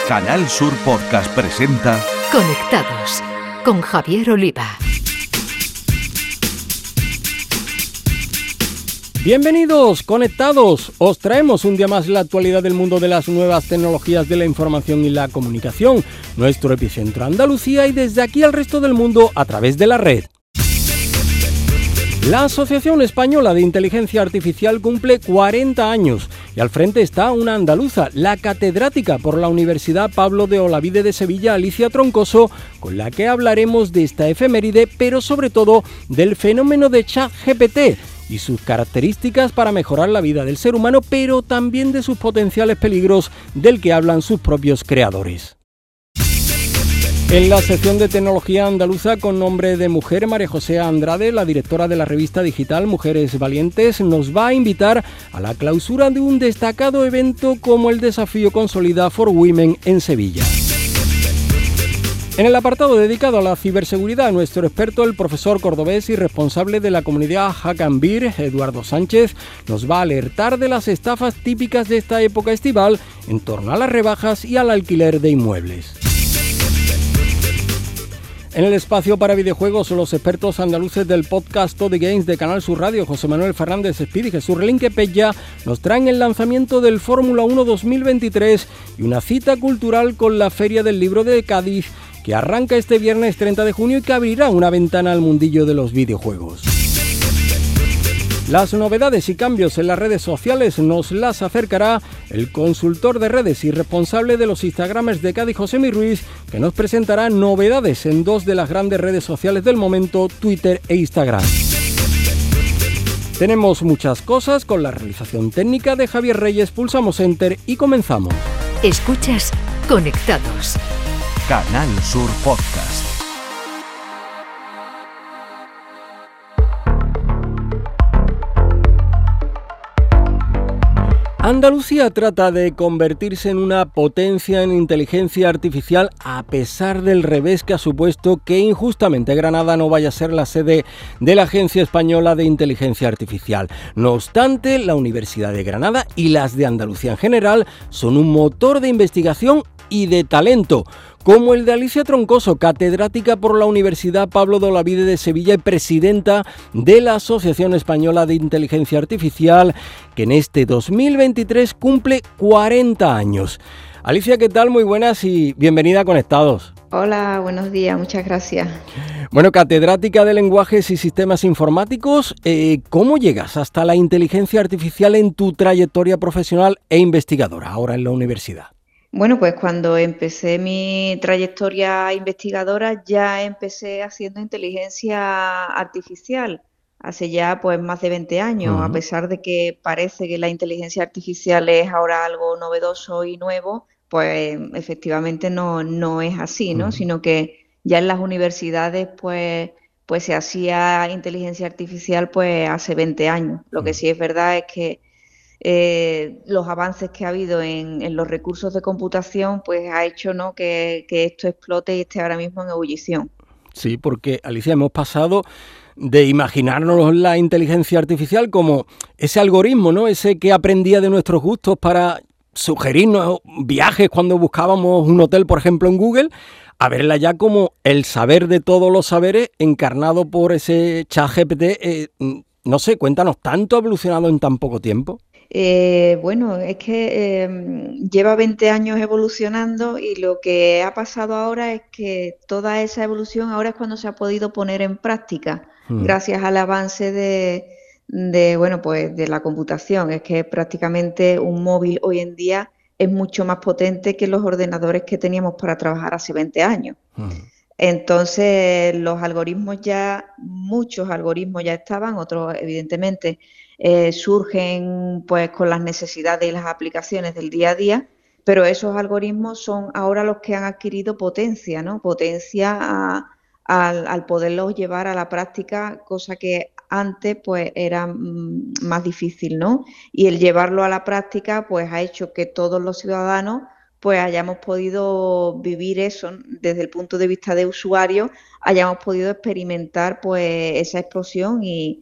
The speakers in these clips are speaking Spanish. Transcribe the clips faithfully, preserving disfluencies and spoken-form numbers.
Canal Sur Podcast presenta Conectados con Javier Oliva. Bienvenidos, conectados. Os traemos un día más la actualidad del mundo de las nuevas tecnologías de la información y la comunicación. Nuestro epicentro Andalucía y desde aquí al resto del mundo a través de la red. La Asociación Española de Inteligencia Artificial cumple cuarenta años y al frente está una andaluza, la catedrática por la Universidad Pablo de Olavide de Sevilla, Alicia Troncoso, con la que hablaremos de esta efeméride, pero sobre todo del fenómeno de ChatGPT y sus características para mejorar la vida del ser humano, pero también de sus potenciales peligros del que hablan sus propios creadores. En la sección de tecnología andaluza con nombre de mujer, María José Andrade, la directora de la revista digital Mujeres Valientes, nos va a invitar a la clausura de un destacado evento como el Desafío Consolida for Women en Sevilla. En el apartado dedicado a la ciberseguridad, nuestro experto, el profesor cordobés y responsable de la comunidad Hack and Beer, Eduardo Sánchez, nos va a alertar de las estafas típicas de esta época estival en torno a las rebajas y al alquiler de inmuebles. En el espacio para videojuegos, los expertos andaluces del podcast Todo Games de Canal Sur Radio, José Manuel Fernández Espíritu y Jesús Relinque Pella, nos traen el lanzamiento del Fórmula uno dos mil veintitrés y una cita cultural con la Feria del Libro de Cádiz, que arranca este viernes treinta de junio y que abrirá una ventana al mundillo de los videojuegos. Las novedades y cambios en las redes sociales nos las acercará el consultor de redes y responsable de los Instagramers de Cádiz, Josemi Ruiz, que nos presentará novedades en dos de las grandes redes sociales del momento, Twitter e Instagram. Tenemos muchas cosas con la realización técnica de Javier Reyes, pulsamos Enter y comenzamos. Escuchas Conectados. Canal Sur Podcast. Andalucía trata de convertirse en una potencia en inteligencia artificial a pesar del revés que ha supuesto que injustamente Granada no vaya a ser la sede de la Agencia Española de Inteligencia Artificial. No obstante, la Universidad de Granada y las de Andalucía en general son un motor de investigación y de talento, como el de Alicia Troncoso, catedrática por la Universidad Pablo de Olavide de Sevilla y presidenta de la Asociación Española de Inteligencia Artificial, que en este dos mil veintitrés cumple cuarenta años. Alicia, ¿qué tal? Muy buenas y bienvenida a Conectados. Hola, buenos días, muchas gracias. Bueno, catedrática de lenguajes y sistemas informáticos, eh, ¿cómo llegas hasta la inteligencia artificial en tu trayectoria profesional e investigadora ahora en la universidad? Bueno, pues cuando empecé mi trayectoria investigadora ya empecé haciendo inteligencia artificial, hace ya pues más de veinte años, uh-huh. A pesar de que parece que la inteligencia artificial es ahora algo novedoso y nuevo, pues efectivamente no, no es así, ¿no? Uh-huh. Sino que ya en las universidades pues, pues se hacía inteligencia artificial pues hace veinte años. Lo uh-huh. que sí es verdad es que Eh, los avances que ha habido en, en los recursos de computación pues ha hecho, ¿no?, que, que esto explote y esté ahora mismo en ebullición. Sí, porque, Alicia, hemos pasado de imaginarnos la inteligencia artificial como ese algoritmo, ¿no?, ese que aprendía de nuestros gustos para sugerirnos viajes cuando buscábamos un hotel, por ejemplo, en Google, a verla ya como el saber de todos los saberes encarnado por ese ChatGPT. Eh, no sé, cuéntanos, ¿tanto ha evolucionado en tan poco tiempo? Eh, bueno, es que eh, lleva veinte años evolucionando y lo que ha pasado ahora es que toda esa evolución ahora es cuando se ha podido poner en práctica, mm. gracias al avance de, de, bueno, pues de la computación. Es que prácticamente un móvil hoy en día es mucho más potente que los ordenadores que teníamos para trabajar hace veinte años. Mm. Entonces, los algoritmos ya, muchos algoritmos ya estaban, otros evidentemente Eh, surgen pues con las necesidades y las aplicaciones del día a día, pero esos algoritmos son ahora los que han adquirido potencia, ¿no? Potencia a, a, al poderlos llevar a la práctica, cosa que antes pues era mm, más difícil, ¿no? Y el llevarlo a la práctica pues ha hecho que todos los ciudadanos pues hayamos podido vivir eso desde el punto de vista de usuario, hayamos podido experimentar pues esa explosión y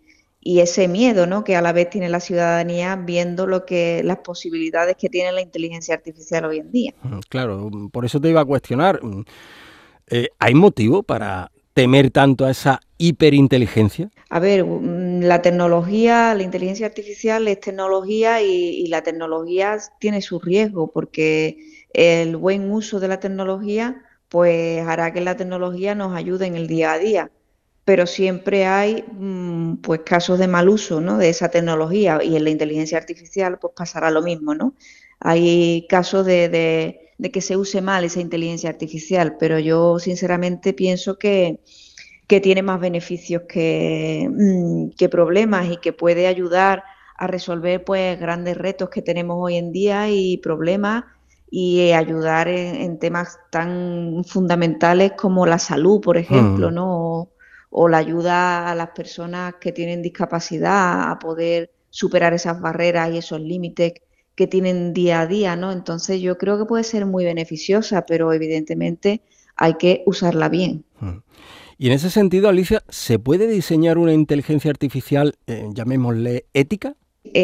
y ese miedo, ¿no?, que a la vez tiene la ciudadanía viendo lo que las posibilidades que tiene la inteligencia artificial hoy en día. Claro, por eso te iba a cuestionar. Eh, ¿hay motivo para temer tanto a esa hiperinteligencia? A ver, la tecnología, la inteligencia artificial es tecnología y, y la tecnología tiene su riesgo, porque el buen uso de la tecnología pues hará que la tecnología nos ayude en el día a día. Pero siempre hay pues casos de mal uso, ¿no?, de esa tecnología, y en la inteligencia artificial pues pasará lo mismo, ¿no? Hay casos de, de, de que se use mal esa inteligencia artificial, pero yo sinceramente pienso que, que tiene más beneficios que, que problemas, y que puede ayudar a resolver pues grandes retos que tenemos hoy en día y problemas, y ayudar en, en temas tan fundamentales como la salud, por ejemplo, ¿no? O, o la ayuda a las personas que tienen discapacidad a poder superar esas barreras y esos límites que tienen día a día, ¿no? Entonces yo creo que puede ser muy beneficiosa, pero evidentemente hay que usarla bien. Y en ese sentido, Alicia, ¿se puede diseñar una inteligencia artificial, eh, llamémosle, ética?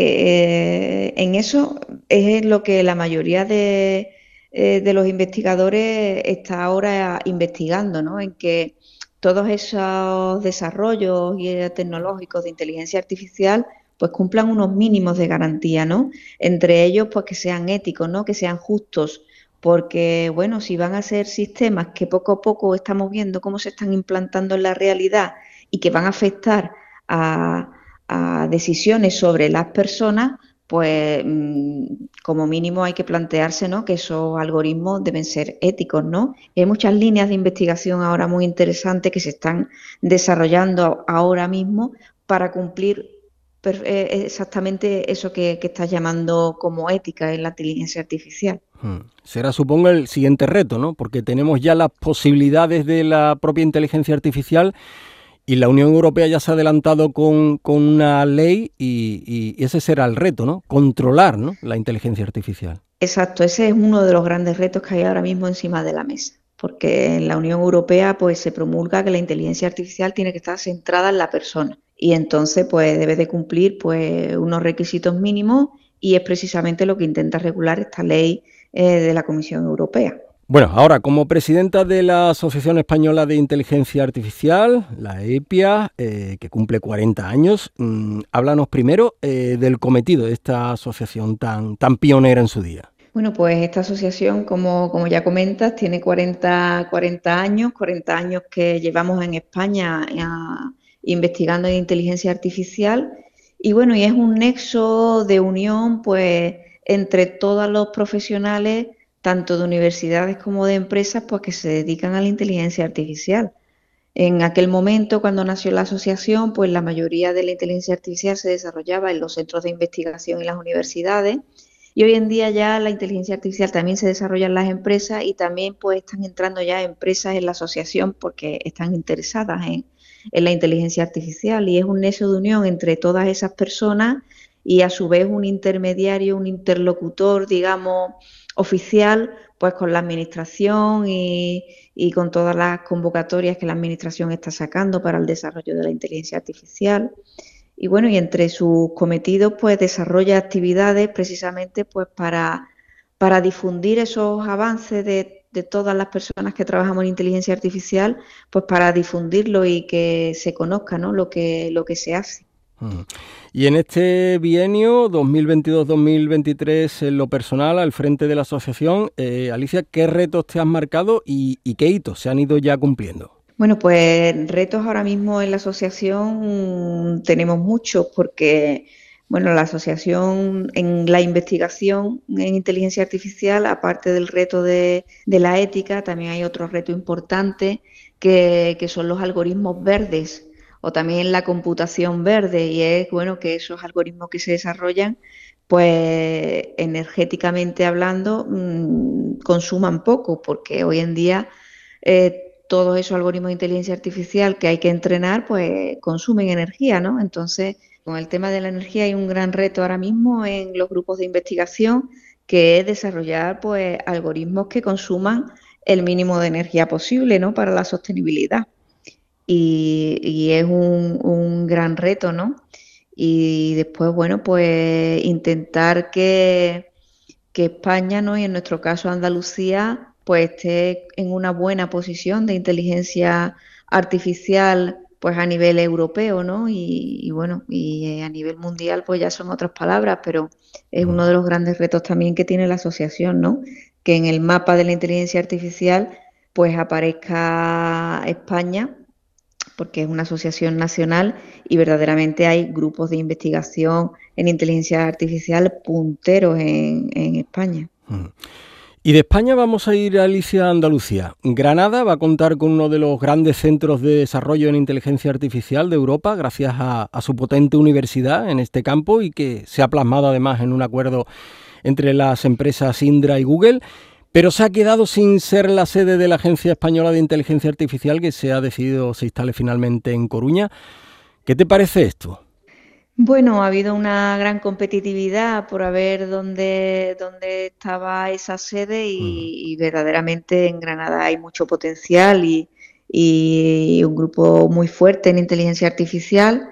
Eh, en eso es lo que la mayoría de, eh, de los investigadores está ahora investigando, ¿no? En que todos esos desarrollos tecnológicos de inteligencia artificial pues cumplan unos mínimos de garantía, ¿no? Entre ellos, pues que sean éticos, ¿no?, que sean justos, porque, bueno, si van a ser sistemas que poco a poco estamos viendo cómo se están implantando en la realidad y que van a afectar a, a decisiones sobre las personas, pues como mínimo hay que plantearse, ¿no?, que esos algoritmos deben ser éticos, ¿no? Y hay muchas líneas de investigación ahora muy interesantes que se están desarrollando ahora mismo para cumplir exactamente eso que, que estás llamando como ética en la inteligencia artificial. Hmm. Será, supongo, el siguiente reto, ¿no? Porque tenemos ya las posibilidades de la propia inteligencia artificial y la Unión Europea ya se ha adelantado con, con una ley y, y ese será el reto, ¿no? Controlar, ¿no?, la inteligencia artificial. Exacto, ese es uno de los grandes retos que hay ahora mismo encima de la mesa, porque en la Unión Europea pues se promulga que la inteligencia artificial tiene que estar centrada en la persona, y entonces pues debe de cumplir pues unos requisitos mínimos, y es precisamente lo que intenta regular esta ley eh, de la Comisión Europea. Bueno, ahora, como presidenta de la Asociación Española de Inteligencia Artificial, la EPIA, eh, que cumple cuarenta años, mmm, háblanos primero eh, del cometido de esta asociación tan, tan pionera en su día. Bueno, pues esta asociación, como, como ya comentas, tiene cuarenta, cuarenta años, cuarenta años que llevamos en España a, investigando en inteligencia artificial, y bueno, y es un nexo de unión pues entre todos los profesionales, tanto de universidades como de empresas, pues que se dedican a la inteligencia artificial. En aquel momento, cuando nació la asociación, pues la mayoría de la inteligencia artificial se desarrollaba en los centros de investigación y las universidades, y hoy en día ya la inteligencia artificial también se desarrolla en las empresas, y también pues están entrando ya empresas en la asociación porque están interesadas en, en la inteligencia artificial, y es un nexo de unión entre todas esas personas y a su vez un intermediario, un interlocutor, digamos, oficial, pues con la administración y, y con todas las convocatorias que la administración está sacando para el desarrollo de la inteligencia artificial. Y bueno, y entre sus cometidos pues desarrolla actividades precisamente pues para, para difundir esos avances de, de todas las personas que trabajamos en inteligencia artificial, pues para difundirlo y que se conozca, ¿no?, lo que, lo que se hace. Y en este bienio dos mil veintidós dos mil veintitrés, en lo personal, al frente de la asociación, eh, Alicia, ¿qué retos te has marcado y, y qué hitos se han ido ya cumpliendo? Bueno, pues retos ahora mismo en la asociación tenemos muchos, porque bueno, la asociación en la investigación en inteligencia artificial, aparte del reto de, de la ética, también hay otro reto importante que, que son los algoritmos verdes, o también la computación verde, y es bueno que esos algoritmos que se desarrollan, pues energéticamente hablando, mmm, consuman poco, porque hoy en día eh, todos esos algoritmos de inteligencia artificial que hay que entrenar, pues consumen energía, ¿no? Entonces, con el tema de la energía hay un gran reto ahora mismo en los grupos de investigación, que es desarrollar pues algoritmos que consuman el mínimo de energía posible, ¿no?, para la sostenibilidad. Y, y es un, un gran reto, ¿no? y después, bueno, pues intentar que, que España, ¿no? Y en nuestro caso Andalucía, pues esté en una buena posición de inteligencia artificial, pues a nivel europeo, ¿no? Y, y bueno, y a nivel mundial, pues ya son otras palabras, pero es uno de los grandes retos también que tiene la asociación, ¿no? Que en el mapa de la inteligencia artificial, pues aparezca España, porque es una asociación nacional y verdaderamente hay grupos de investigación en inteligencia artificial punteros en, en España. Y de España vamos a ir, Alicia, a Andalucía. Granada va a contar con uno de los grandes centros de desarrollo en inteligencia artificial de Europa, gracias a, a su potente universidad en este campo y que se ha plasmado además en un acuerdo entre las empresas Indra y Google. Pero se ha quedado sin ser la sede de la Agencia Española de Inteligencia Artificial, que se ha decidido se instale finalmente en Coruña. ¿Qué te parece esto? Bueno, ha habido una gran competitividad por a ver dónde, dónde estaba esa sede y, y verdaderamente en Granada hay mucho potencial y, y un grupo muy fuerte en inteligencia artificial.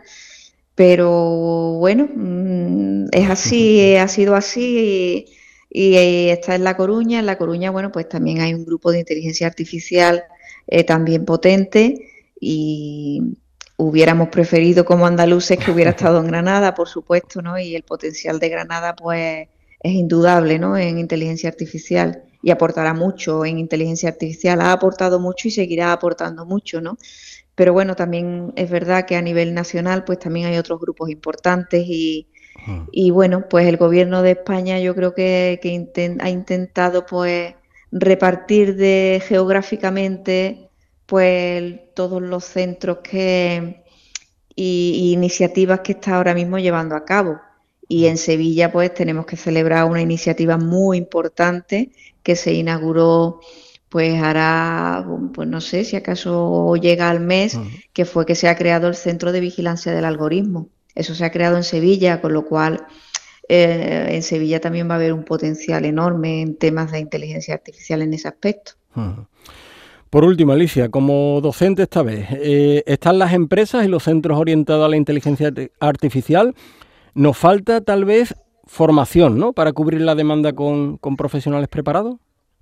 Pero bueno, es así, ha sido así y, y está en La Coruña. En La Coruña, bueno, pues también hay un grupo de inteligencia artificial eh, también potente y hubiéramos preferido como andaluces que hubiera estado en Granada, por supuesto, ¿no? Y el potencial de Granada, pues, es indudable, ¿no? En inteligencia artificial y aportará mucho en inteligencia artificial. Ha aportado mucho y seguirá aportando mucho, ¿no? Pero bueno, también es verdad que a nivel nacional pues también hay otros grupos importantes y, uh-huh. y bueno, pues el gobierno de España yo creo que, que intent, ha intentado pues repartir de geográficamente pues todos los centros que y, y iniciativas que está ahora mismo llevando a cabo. Y en Sevilla pues tenemos que celebrar una iniciativa muy importante que se inauguró pues hará, pues no sé si acaso llega al mes, uh-huh. que fue que se ha creado el Centro de Vigilancia del Algoritmo. Eso se ha creado en Sevilla, con lo cual eh, en Sevilla también va a haber un potencial enorme en temas de inteligencia artificial en ese aspecto. Uh-huh. Por último, Alicia, como docente esta vez, eh, ¿están las empresas y los centros orientados a la inteligencia artificial? ¿Nos falta tal vez formación, ¿no?, para cubrir la demanda con, con profesionales preparados?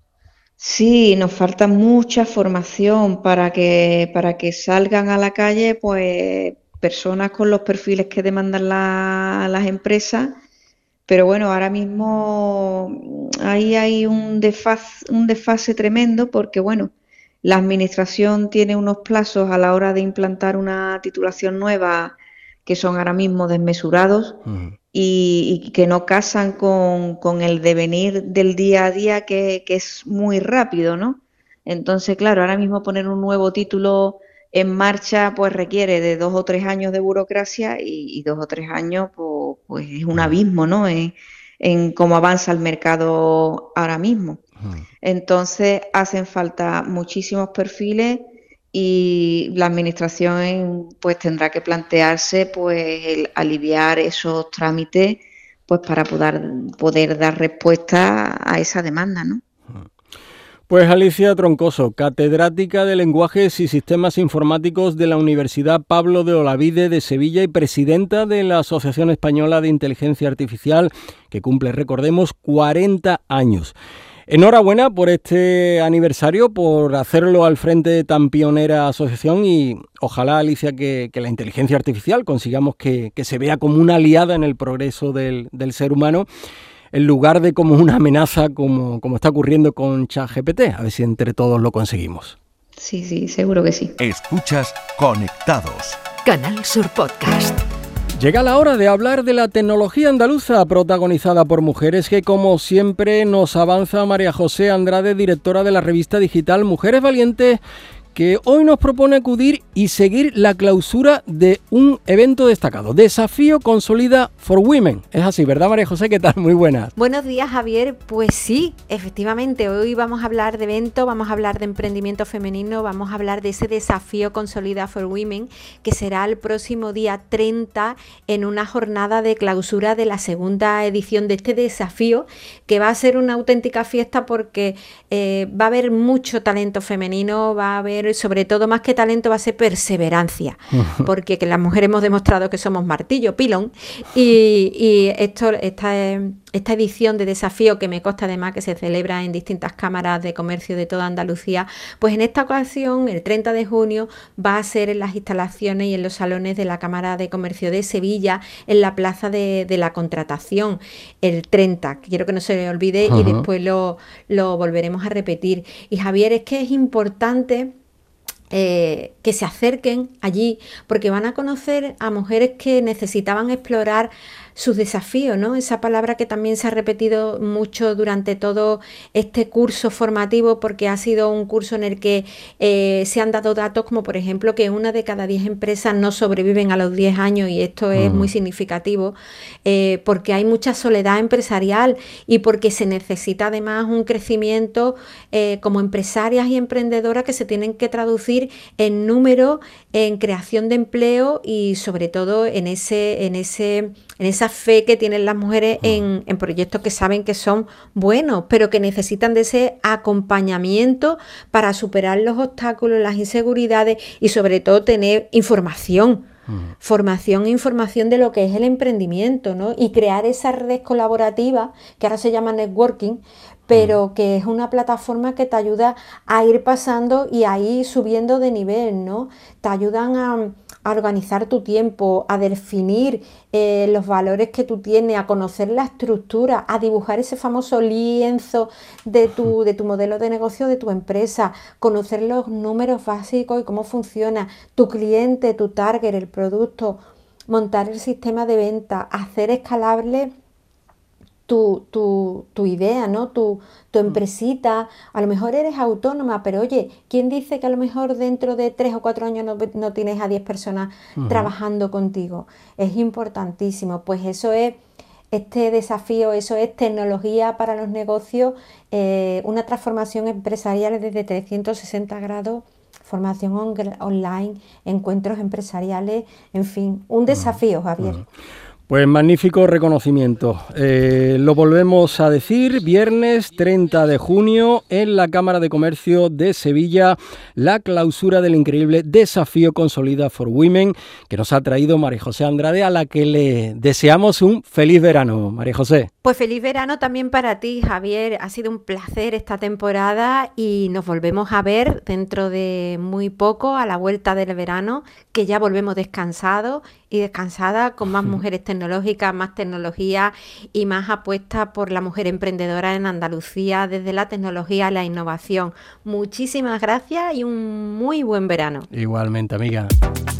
Sí, nos falta mucha formación para que, para que salgan a la calle pues personas con los perfiles que demandan la, las empresas, pero bueno, ahora mismo ahí hay un desfase, un desfase tremendo porque bueno, la administración tiene unos plazos a la hora de implantar una titulación nueva que son ahora mismo desmesurados uh-huh. y, y que no casan con, con el devenir del día a día que, que es muy rápido, ¿no? Entonces, claro, ahora mismo poner un nuevo título en marcha pues requiere de dos o tres años de burocracia y, y dos o tres años pues, pues es un abismo, ¿no? En, en cómo avanza el mercado ahora mismo. Uh-huh. Entonces, hacen falta muchísimos perfiles y la administración pues tendrá que plantearse pues el aliviar esos trámites pues para poder, poder dar respuesta a esa demanda, ¿no? Pues Alicia Troncoso, catedrática de Lenguajes y Sistemas Informáticos de la Universidad Pablo de Olavide de Sevilla y presidenta de la Asociación Española de Inteligencia Artificial, que cumple, recordemos, cuarenta años. Enhorabuena por este aniversario, por hacerlo al frente de tan pionera asociación y ojalá, Alicia, que, que la inteligencia artificial consigamos que, que se vea como una aliada en el progreso del, del ser humano en lugar de como una amenaza como, como está ocurriendo con ChatGPT. A ver si entre todos lo conseguimos. Sí, sí, seguro que sí. Escuchas Conectados. Canal Sur Podcast. Llega la hora de hablar de la tecnología andaluza protagonizada por mujeres que, como siempre, nos avanza María José Andrade, directora de la revista digital Mujeres Valientes, que hoy nos propone acudir y seguir la clausura de un evento destacado. Desafío Consolida for Women. Es así, ¿verdad, María José? ¿Qué tal? Muy buenas. Buenos días, Javier. Pues sí, efectivamente, hoy vamos a hablar de evento, vamos a hablar de emprendimiento femenino, vamos a hablar de ese Desafío Consolida for Women, que será el próximo día treinta en una jornada de clausura de la segunda edición de este desafío, que va a ser una auténtica fiesta porque eh, va a haber mucho talento femenino, va a haber tener, sobre todo más que talento, va a ser perseverancia, porque que las mujeres hemos demostrado que somos martillo, pilón, y, y esto, esta, esta edición de desafío, que me consta además que se celebra en distintas cámaras de comercio de toda Andalucía, pues en esta ocasión, el treinta de junio, va a ser en las instalaciones y en los salones de la Cámara de Comercio de Sevilla, en la Plaza de, de la Contratación, el treinta, quiero que no se me olvide, uh-huh. y después lo, lo volveremos a repetir. Y Javier, es que es importante eh, que se acerquen allí, porque van a conocer a mujeres que necesitaban explorar sus desafíos, ¿no? Esa palabra que también se ha repetido mucho durante todo este curso formativo, porque ha sido un curso en el que eh, se han dado datos como, por ejemplo, que una de cada diez empresas no sobreviven a los diez años, y esto es mm. muy significativo, eh, porque hay mucha soledad empresarial y porque se necesita además un crecimiento eh, como empresarias y emprendedoras que se tienen que traducir en número, en creación de empleo y sobre todo en ese, en ese, en esa fe que tienen las mujeres en, en proyectos que saben que son buenos, pero que necesitan de ese acompañamiento para superar los obstáculos, las inseguridades y sobre todo tener información. Uh-huh. Formación e información de lo que es el emprendimiento, ¿no? Y crear esa red colaborativa que ahora se llama networking, pero uh-huh. que es una plataforma que te ayuda a ir pasando y a ir subiendo de nivel, ¿no? Te ayudan a, a organizar tu tiempo, a definir eh, los valores que tú tienes, a conocer la estructura, a dibujar ese famoso lienzo de tu, de tu modelo de negocio, de tu empresa, conocer los números básicos y cómo funciona tu cliente, tu target, el producto, montar el sistema de venta, hacer escalable Tu, tu, tu idea, ¿no? Tu, tu empresita. A lo mejor eres autónoma, pero oye, ¿quién dice que a lo mejor dentro de tres o cuatro años no, no tienes a diez personas uh-huh. trabajando contigo? Es importantísimo. Pues eso es este desafío, eso es tecnología para los negocios, eh, una transformación empresarial desde trescientos sesenta grados, formación on- online, encuentros empresariales, en fin, un desafío, Javier. Uh-huh. Pues magnífico reconocimiento. Eh, lo volvemos a decir, viernes treinta de junio en la Cámara de Comercio de Sevilla, la clausura del increíble Desafío Consolida for Women que nos ha traído María José Andrade, a la que le deseamos un feliz verano. María José. Pues feliz verano también para ti, Javier. Ha sido un placer esta temporada y nos volvemos a ver dentro de muy poco, a la vuelta del verano, que ya volvemos descansados y descansada con más mujeres tecnológicas, más tecnología y más apuesta por la mujer emprendedora en Andalucía desde la tecnología a la innovación. Muchísimas gracias y un muy buen verano. Igualmente, amiga.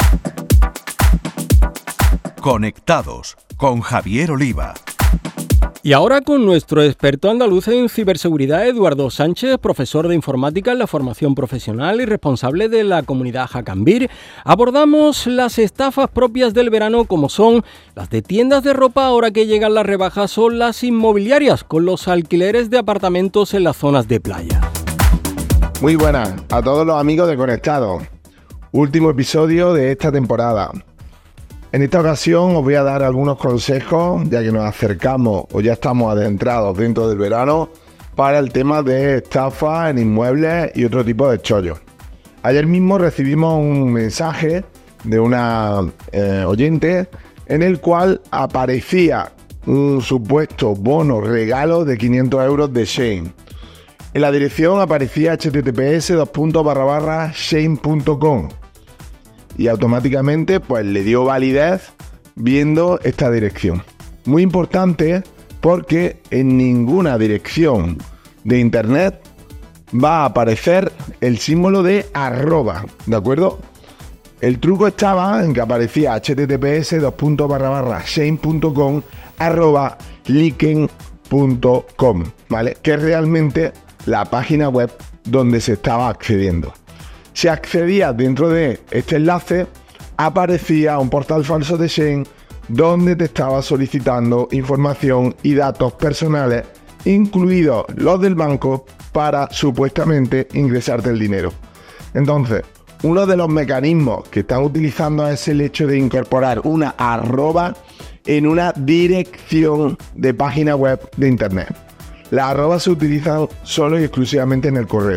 Conectados con Javier Oliva. Y ahora con nuestro experto andaluz en ciberseguridad, Eduardo Sánchez, profesor de informática en la formación profesional y responsable de la comunidad Hackambir, abordamos las estafas propias del verano, como son las de tiendas de ropa ahora que llegan las rebajas, o las inmobiliarias con los alquileres de apartamentos en las zonas de playa. Muy buenas a todos los amigos de Conectados. Último episodio de esta temporada. En esta ocasión os voy a dar algunos consejos, ya que nos acercamos o ya estamos adentrados dentro del verano, para el tema de estafa en inmuebles y otro tipo de chollos. Ayer mismo recibimos un mensaje de una eh, oyente en el cual aparecía un supuesto bono regalo de quinientos euros de Shein. En la dirección aparecía hache te te pe ese dos puntos barra barra shein punto com. Y automáticamente pues le dio validez viendo esta dirección. Muy importante, porque en ninguna dirección de internet va a aparecer el símbolo de arroba, ¿de acuerdo? El truco estaba en que aparecía hache te te pe ese dos puntos barra barra shein punto com arroba liken punto com, ¿vale? Que es realmente la página web donde se estaba accediendo. Si accedías dentro de este enlace, aparecía un portal falso de Shein donde te estaba solicitando información y datos personales, incluidos los del banco, para supuestamente ingresarte el dinero. Entonces, uno de los mecanismos que están utilizando es el hecho de incorporar una arroba en una dirección de página web de internet. Las arrobas se utilizan solo y exclusivamente en el correo.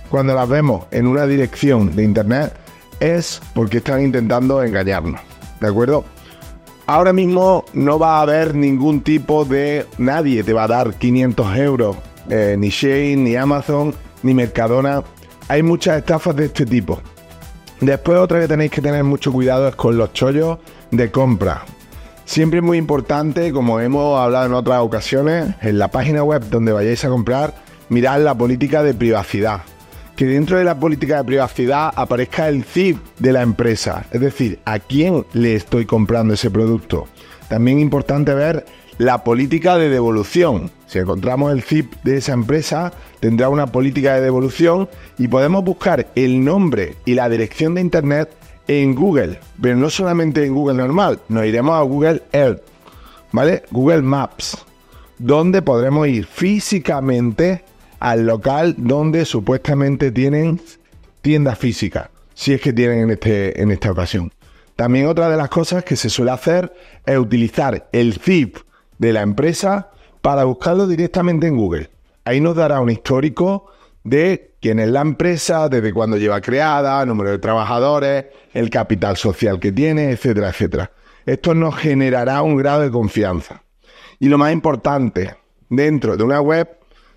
cuando las vemos en una dirección de internet es porque están intentando engañarnos, ¿de acuerdo? Ahora mismo no va a haber ningún tipo de... Nadie te va a dar quinientos euros, eh, ni Shein, ni Amazon, ni Mercadona. Hay muchas estafas de este tipo. Después otra que tenéis que tener mucho cuidado es con los chollos de compra. Siempre es muy importante, como hemos hablado en otras ocasiones, en la página web donde vayáis a comprar, mirad la política de privacidad. Que dentro de la política de privacidad aparezca el C I F de la empresa, es decir, a quién le estoy comprando ese producto. También es importante ver la política de devolución. Si encontramos el C I F de esa empresa, tendrá una política de devolución y podemos buscar el nombre y la dirección de internet en Google, pero no solamente en Google normal, nos iremos a Google Earth, ¿vale? Google Maps, donde podremos ir físicamente al local donde supuestamente tienen tienda física, si es que tienen en, este, en esta ocasión. También otra de las cosas que se suele hacer es utilizar el C I F de la empresa para buscarlo directamente en Google. Ahí nos dará un histórico de quién es la empresa, desde cuándo lleva creada, número de trabajadores, el capital social que tiene, etcétera, etcétera. Esto nos generará un grado de confianza. Y lo más importante, dentro de una web,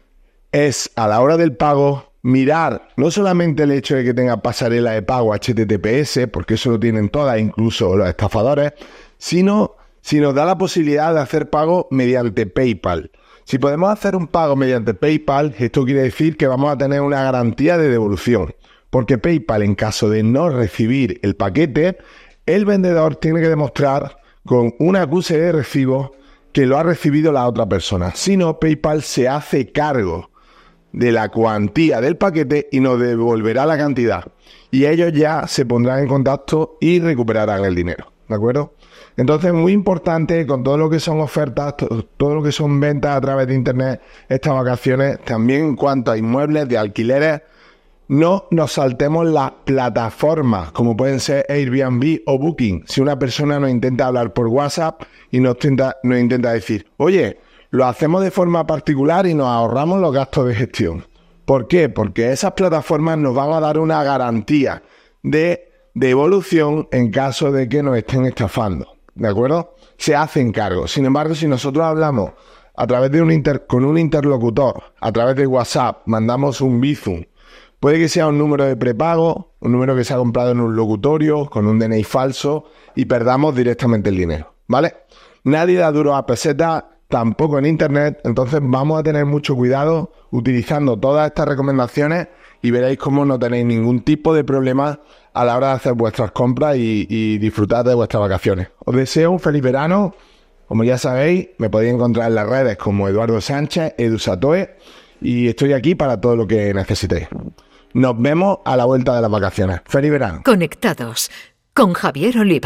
es a la hora del pago mirar no solamente el hecho de que tenga pasarela de pago H T T P S, porque eso lo tienen todas, incluso los estafadores, sino si nos da la posibilidad de hacer pago mediante PayPal. Si podemos hacer un pago mediante PayPal, esto quiere decir que vamos a tener una garantía de devolución, porque PayPal, en caso de no recibir el paquete, el vendedor tiene que demostrar con un acuse de recibo que lo ha recibido la otra persona. Si no, PayPal se hace cargo de la cuantía del paquete y nos devolverá la cantidad. Y ellos ya se pondrán en contacto y recuperarán el dinero, ¿de acuerdo? Entonces, muy importante con todo lo que son ofertas, todo lo que son ventas a través de internet, estas vacaciones, también en cuanto a inmuebles, de alquileres, no nos saltemos las plataformas, como pueden ser Airbnb o Booking. Si una persona nos intenta hablar por WhatsApp y nos intenta, nos intenta decir, oye, lo hacemos de forma particular y nos ahorramos los gastos de gestión. ¿Por qué? Porque esas plataformas nos van a dar una garantía de devolución en caso de que nos estén estafando, ¿de acuerdo? Se hacen cargo. Sin embargo, si nosotros hablamos a través de un inter con un interlocutor, a través de WhatsApp, mandamos un Bizum, puede que sea un número de prepago, un número que se ha comprado en un locutorio, con un D N I falso, y perdamos directamente el dinero, ¿vale? Nadie da duro a peseta, tampoco en internet, entonces vamos a tener mucho cuidado utilizando todas estas recomendaciones y veréis cómo no tenéis ningún tipo de problema a la hora de hacer vuestras compras y, y disfrutar de vuestras vacaciones. Os deseo un feliz verano. Como ya sabéis, me podéis encontrar en las redes como Eduardo Sánchez, EduSatoe, y estoy aquí para todo lo que necesitéis. Nos vemos a la vuelta de las vacaciones. ¡Feliz verano! Conectados con Javier Oliva.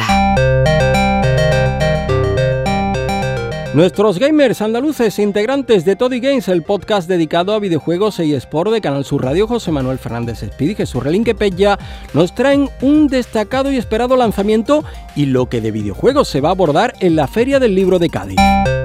Nuestros gamers andaluces, integrantes de Toddy Games, el podcast dedicado a videojuegos y eSport de Canal Sur Radio, José Manuel Fernández Speed y Jesús Relinque Pella, nos traen un destacado y esperado lanzamiento y lo que de videojuegos se va a abordar en la Feria del Libro de Cádiz.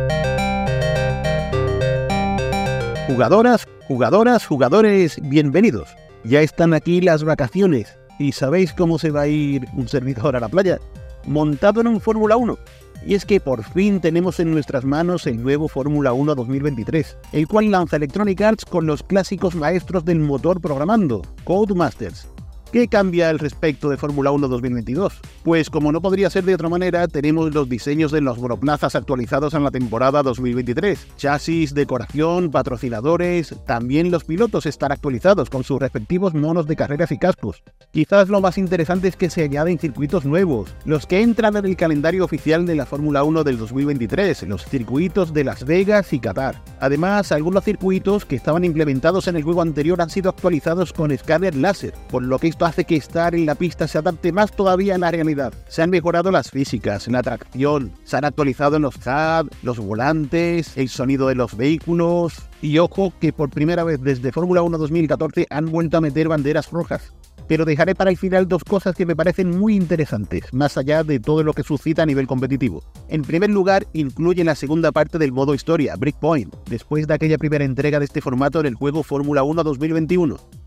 Jugadoras, jugadoras, jugadores, bienvenidos. Ya están aquí las vacaciones. ¿Y sabéis cómo se va a ir un servidor a la playa? Montado en un Fórmula uno. Y es que por fin tenemos en nuestras manos el nuevo Fórmula uno dos mil veintitrés, el cual lanza Electronic Arts con los clásicos maestros del motor programando, Codemasters. ¿Qué cambia al respecto de Fórmula uno dos mil veintidós? Pues como no podría ser de otra manera, tenemos los diseños de los monoplazas actualizados en la temporada dos mil veintitrés. Chasis, decoración, patrocinadores, también los pilotos están actualizados con sus respectivos monos de carreras y cascos. Quizás lo más interesante es que se añaden circuitos nuevos, los que entran en el calendario oficial de la Fórmula uno del dos mil veintitrés, los circuitos de Las Vegas y Qatar. Además, algunos circuitos que estaban implementados en el juego anterior han sido actualizados con escáner láser, por lo que esto hace que estar en la pista se adapte más todavía a la realidad. Se han mejorado las físicas, la tracción, se han actualizado los H U D, los volantes, el sonido de los vehículos. Y ojo que por primera vez desde Fórmula uno dos mil catorce han vuelto a meter banderas rojas. Pero dejaré para el final dos cosas que me parecen muy interesantes, más allá de todo lo que suscita a nivel competitivo. En primer lugar, incluye la segunda parte del modo historia, Breakpoint, después de aquella primera entrega de este formato en el juego Fórmula uno dos mil veintiuno.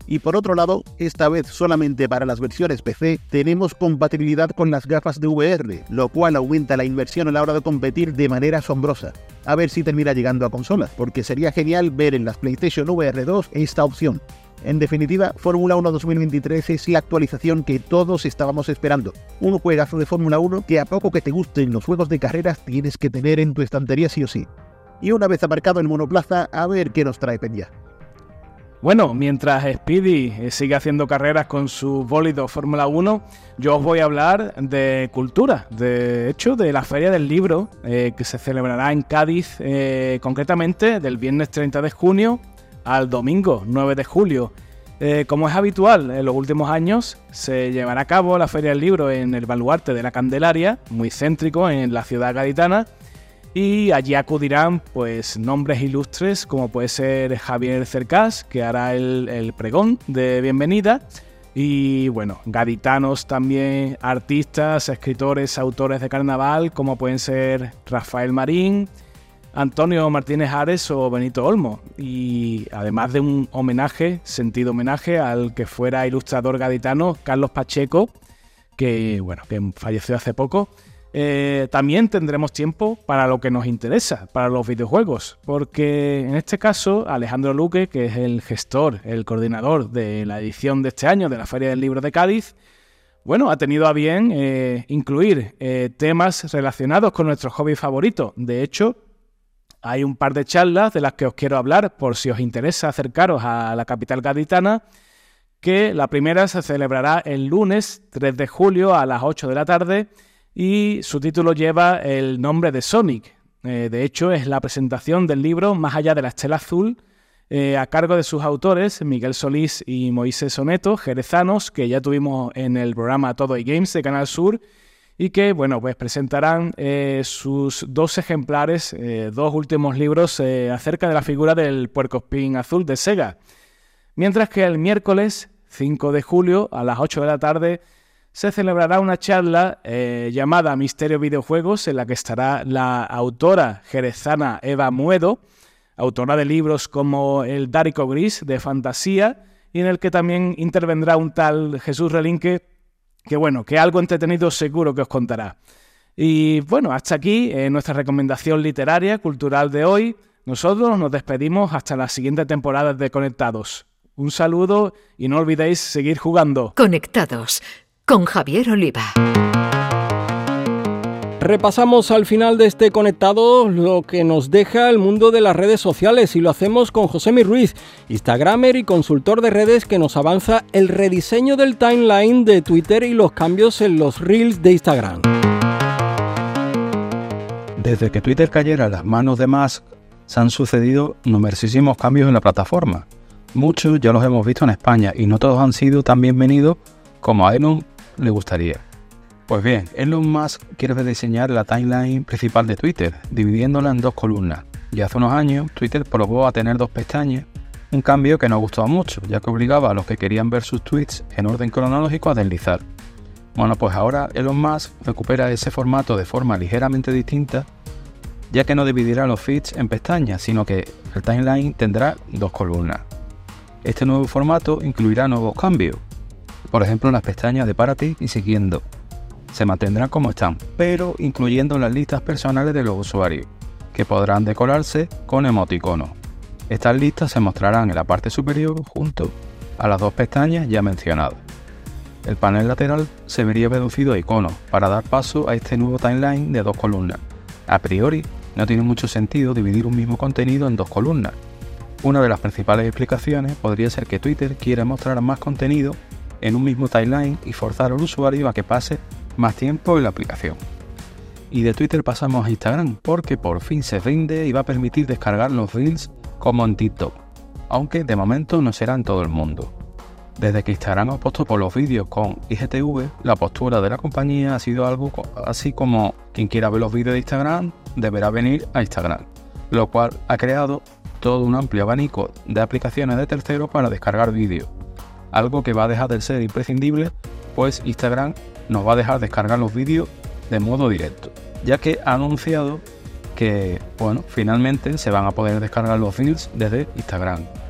Y por otro lado, esta vez solamente para las versiones P C, tenemos compatibilidad con las gafas de V R, lo cual aumenta la inversión a la hora de competir de manera asombrosa. A ver si termina llegando a consolas, porque sería genial ver en las PlayStation V R dos esta opción. En definitiva, Fórmula uno dos mil veintitrés es la actualización que todos estábamos esperando. Un juegazo de Fórmula uno que a poco que te gusten los juegos de carreras tienes que tener en tu estantería sí o sí. Y una vez aparcado en monoplaza, a ver qué nos trae Peña. Bueno, mientras Speedy eh, sigue haciendo carreras con su bólido Fórmula uno, yo os voy a hablar de cultura, de hecho de la Feria del Libro, eh, que se celebrará en Cádiz, eh, concretamente del viernes treinta de junio al domingo nueve de julio. Eh, como es habitual en los últimos años, se llevará a cabo la Feria del Libro en el baluarte de la Candelaria, muy céntrico en la ciudad gaditana, y allí acudirán pues nombres ilustres como puede ser Javier Cercás, que hará el, el pregón de bienvenida, y bueno, gaditanos también, artistas, escritores, autores de carnaval como pueden ser Rafael Marín, Antonio Martínez Ares o Benito Olmo, y además de un homenaje, sentido homenaje al que fuera ilustrador gaditano Carlos Pacheco, que bueno, que falleció hace poco. Eh, también tendremos tiempo para lo que nos interesa, para los videojuegos, porque en este caso Alejandro Luque, que es el gestor, el coordinador de la edición de este año de la Feria del Libro de Cádiz, bueno, ha tenido a bien eh, incluir eh, temas relacionados con nuestro hobby favorito. De hecho, hay un par de charlas de las que os quiero hablar por si os interesa acercaros a la capital gaditana, que la primera se celebrará el lunes tres de julio a las ocho de la tarde, y su título lleva el nombre de Sonic. Eh, de hecho, es la presentación del libro Más allá de la estela azul, eh, a cargo de sus autores, Miguel Solís y Moisés Soneto, jerezanos, que ya tuvimos en el programa Todo y Games de Canal Sur, y que, bueno, pues presentarán eh, sus dos ejemplares, eh, dos últimos libros eh, acerca de la figura del puercoespín azul de Sega. Mientras que el miércoles cinco de julio, a las ocho de la tarde, se celebrará una charla eh, llamada Misterio Videojuegos, en la que estará la autora jerezana Eva Muedo, autora de libros como El Dárico Gris de fantasía, y en el que también intervendrá un tal Jesús Relinque, que bueno, que algo entretenido seguro que os contará. Y bueno, hasta aquí eh, nuestra recomendación literaria, cultural de hoy. Nosotros nos despedimos hasta la siguiente temporada de Conectados. Un saludo y no olvidéis seguir jugando. Conectados con Javier Oliva. Repasamos al final de este Conectado lo que nos deja el mundo de las redes sociales y lo hacemos con Josemi Ruiz, instagramer y consultor de redes, que nos avanza el rediseño del timeline de Twitter y los cambios en los Reels de Instagram. Desde que Twitter cayera en las manos de Musk, se han sucedido numerosísimos cambios en la plataforma. Muchos ya los hemos visto en España y no todos han sido tan bienvenidos como a Elon le gustaría. Pues bien, Elon Musk quiere rediseñar la timeline principal de Twitter, dividiéndola en dos columnas. Y hace unos años, Twitter probó a tener dos pestañas, un cambio que no gustó mucho, ya que obligaba a los que querían ver sus tweets en orden cronológico a deslizar. Bueno, pues ahora Elon Musk recupera ese formato de forma ligeramente distinta, ya que no dividirá los feeds en pestañas, sino que el timeline tendrá dos columnas. Este nuevo formato incluirá nuevos cambios, por ejemplo las pestañas de para ti y siguiendo. Se mantendrán como están, pero incluyendo las listas personales de los usuarios, que podrán decorarse con emoticonos. Estas listas se mostrarán en la parte superior junto a las dos pestañas ya mencionadas. El panel lateral se vería reducido a iconos para dar paso a este nuevo timeline de dos columnas. A priori, no tiene mucho sentido dividir un mismo contenido en dos columnas. Una de las principales explicaciones podría ser que Twitter quiere mostrar más contenido en un mismo timeline y forzar al usuario a que pase más tiempo en la aplicación. Y de Twitter pasamos a Instagram, porque por fin se rinde y va a permitir descargar los Reels como en TikTok, aunque de momento no será en todo el mundo. Desde que Instagram ha apostado por los vídeos con I G T V, la postura de la compañía ha sido algo así como: quien quiera ver los vídeos de Instagram deberá venir a Instagram, lo cual ha creado todo un amplio abanico de aplicaciones de terceros para descargar vídeos, algo que va a dejar de ser imprescindible, pues Instagram nos va a dejar descargar los vídeos de modo directo, ya que ha anunciado que, bueno, finalmente se van a poder descargar los Reels desde Instagram.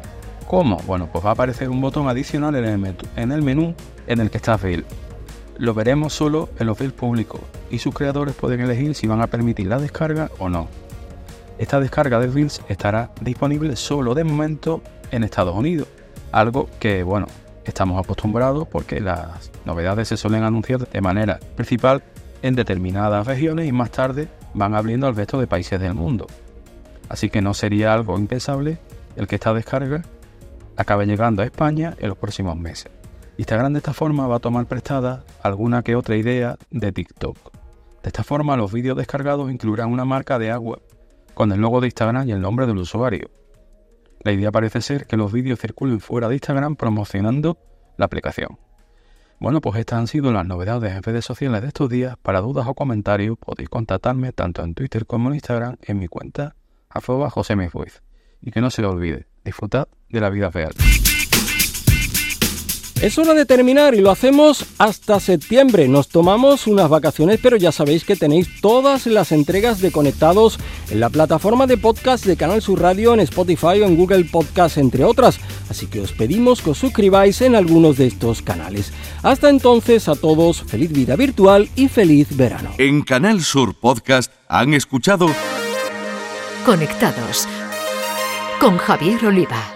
¿Cómo? Bueno, pues va a aparecer un botón adicional en el, menú, en el menú en el que está Reels. Lo veremos solo en los Reels públicos y sus creadores pueden elegir si van a permitir la descarga o no. Esta descarga de Reels estará disponible solo de momento en Estados Unidos, algo que, bueno, estamos acostumbrados porque las novedades se suelen anunciar de manera principal en determinadas regiones y más tarde van abriendo al resto de países del mundo. Así que no sería algo impensable el que esta descarga acabe llegando a España en los próximos meses. Instagram de esta forma va a tomar prestada alguna que otra idea de TikTok. De esta forma los vídeos descargados incluirán una marca de agua con el logo de Instagram y el nombre del usuario. La idea parece ser que los vídeos circulen fuera de Instagram promocionando la aplicación. Bueno, pues estas han sido las novedades en redes sociales de estos días. Para dudas o comentarios podéis contactarme tanto en Twitter como en Instagram en mi cuenta arroba josemisruiz. Y que no se lo olvide, disfrutad de la vida real. Es hora de terminar y lo hacemos hasta septiembre. Nos tomamos unas vacaciones, pero ya sabéis que tenéis todas las entregas de Conectados en la plataforma de podcast de Canal Sur Radio, en Spotify o en Google Podcast, entre otras. Así que os pedimos que os suscribáis en algunos de estos canales. Hasta entonces, a todos, feliz vida virtual y feliz verano. En Canal Sur Podcast han escuchado Conectados con Javier Oliva.